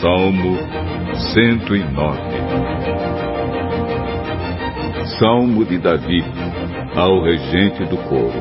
Salmo 109. Salmo de Davi, ao regente do coro.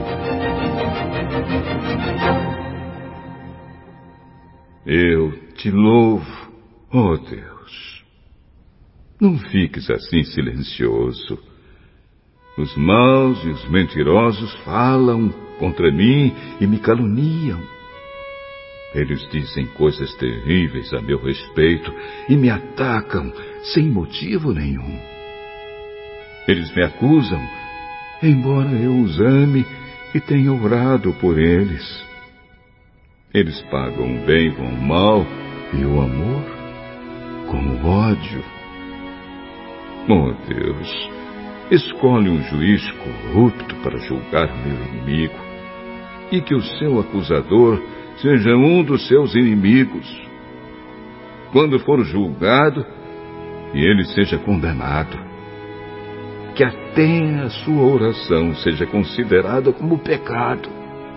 Eu te louvo, ó Deus. Não fiques assim silencioso. Os maus e os mentirosos falam contra mim e me caluniam. Eles dizem coisas terríveis a meu respeito e me atacam sem motivo nenhum. Eles me acusam, embora eu os ame e tenha orado por eles. Eles pagam o bem com o mal e o amor com o ódio. Oh Deus, escolhe um juiz corrupto para julgar meu inimigo, e que o seu acusador seja um dos seus inimigos. Quando for julgado, que ele seja condenado. Que até a sua oração seja considerada como pecado.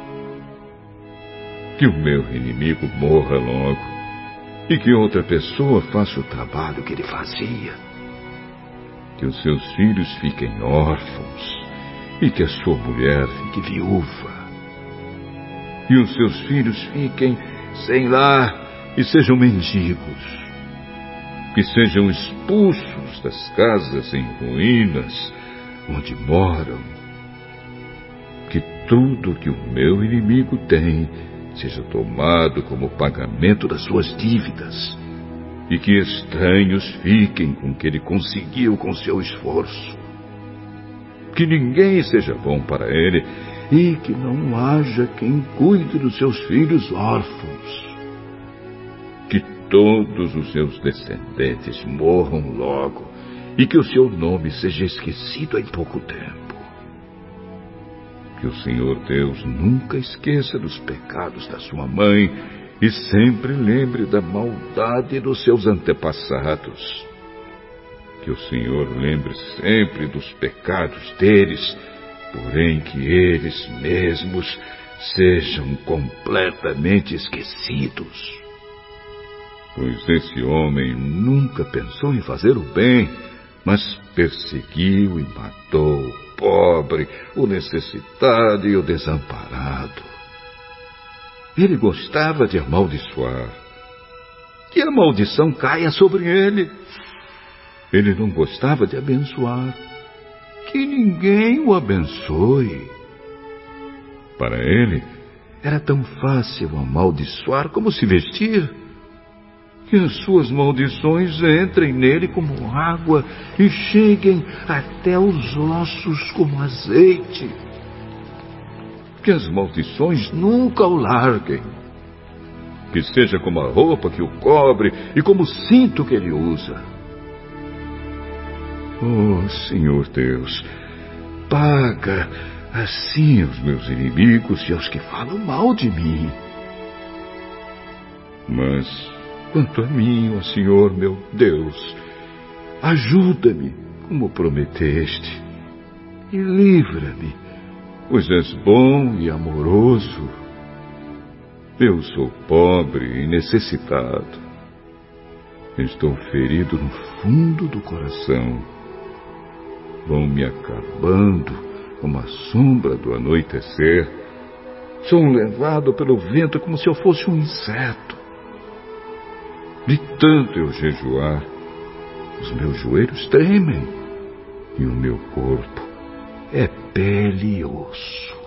Que o meu inimigo morra logo, e que outra pessoa faça o trabalho que ele fazia. Que os seus filhos fiquem órfãos, e que a sua mulher fique viúva. E os seus filhos fiquem sem lar e sejam mendigos. Que sejam expulsos das casas em ruínas onde moram. Que tudo que o meu inimigo tem seja tomado como pagamento das suas dívidas. E que estranhos fiquem com o que ele conseguiu com seu esforço. Que ninguém seja bom para ele e que não haja quem cuide dos seus filhos órfãos. Que todos os seus descendentes morram logo e que o seu nome seja esquecido em pouco tempo. Que o Senhor Deus nunca esqueça dos pecados da sua mãe e sempre lembre da maldade dos seus antepassados. Que o Senhor lembre sempre dos pecados deles, porém que eles mesmos sejam completamente esquecidos. Pois esse homem nunca pensou em fazer o bem, mas perseguiu e matou o pobre, o necessitado e o desamparado. Ele gostava de amaldiçoar. Que a maldição caia sobre ele. Ele não gostava de abençoar. Que ninguém o abençoe. Para ele, era tão fácil amaldiçoar como se vestir. Que as suas maldições entrem nele como água e cheguem até os ossos como azeite. Que as maldições nunca o larguem. Que seja como a roupa que o cobre e como o cinto que ele usa. Oh, Senhor Deus, paga assim aos meus inimigos e aos que falam mal de mim. Mas, quanto a mim, ó Senhor meu Deus, ajuda-me, como prometeste, e livra-me, pois és bom e amoroso. Eu sou pobre e necessitado. Estou ferido no fundo do coração. Vão me acabando como a sombra do anoitecer. Sou levado pelo vento como se eu fosse um inseto. De tanto eu jejuar, os meus joelhos tremem e o meu corpo é pele e osso.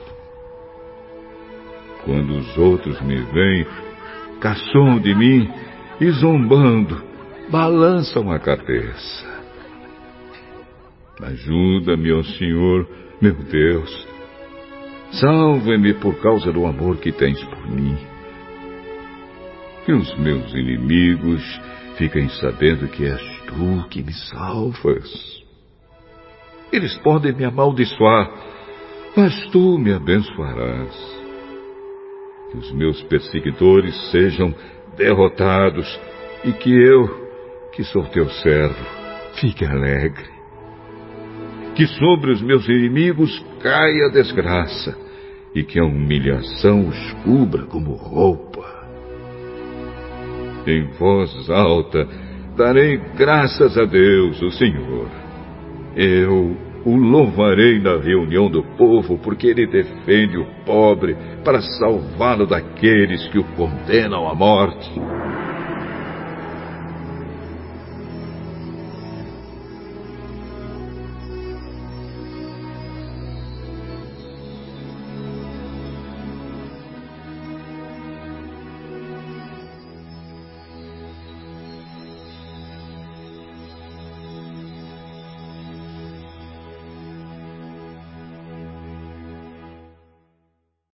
Quando os outros me veem, caçoam de mim e zombando, balançam a cabeça. Ajuda-me, ó Senhor, meu Deus. Salva-me por causa do amor que tens por mim. Que os meus inimigos fiquem sabendo que és tu que me salvas. Eles podem me amaldiçoar, mas tu me abençoarás. Que os meus perseguidores sejam derrotados e que eu, que sou teu servo, fique alegre. Que sobre os meus inimigos caia a desgraça e que a humilhação os cubra como roupa. em voz alta: darei graças a Deus, o Senhor. Eu o louvarei na reunião do povo, porque ele defende o pobre para salvá-lo daqueles que o condenam à morte.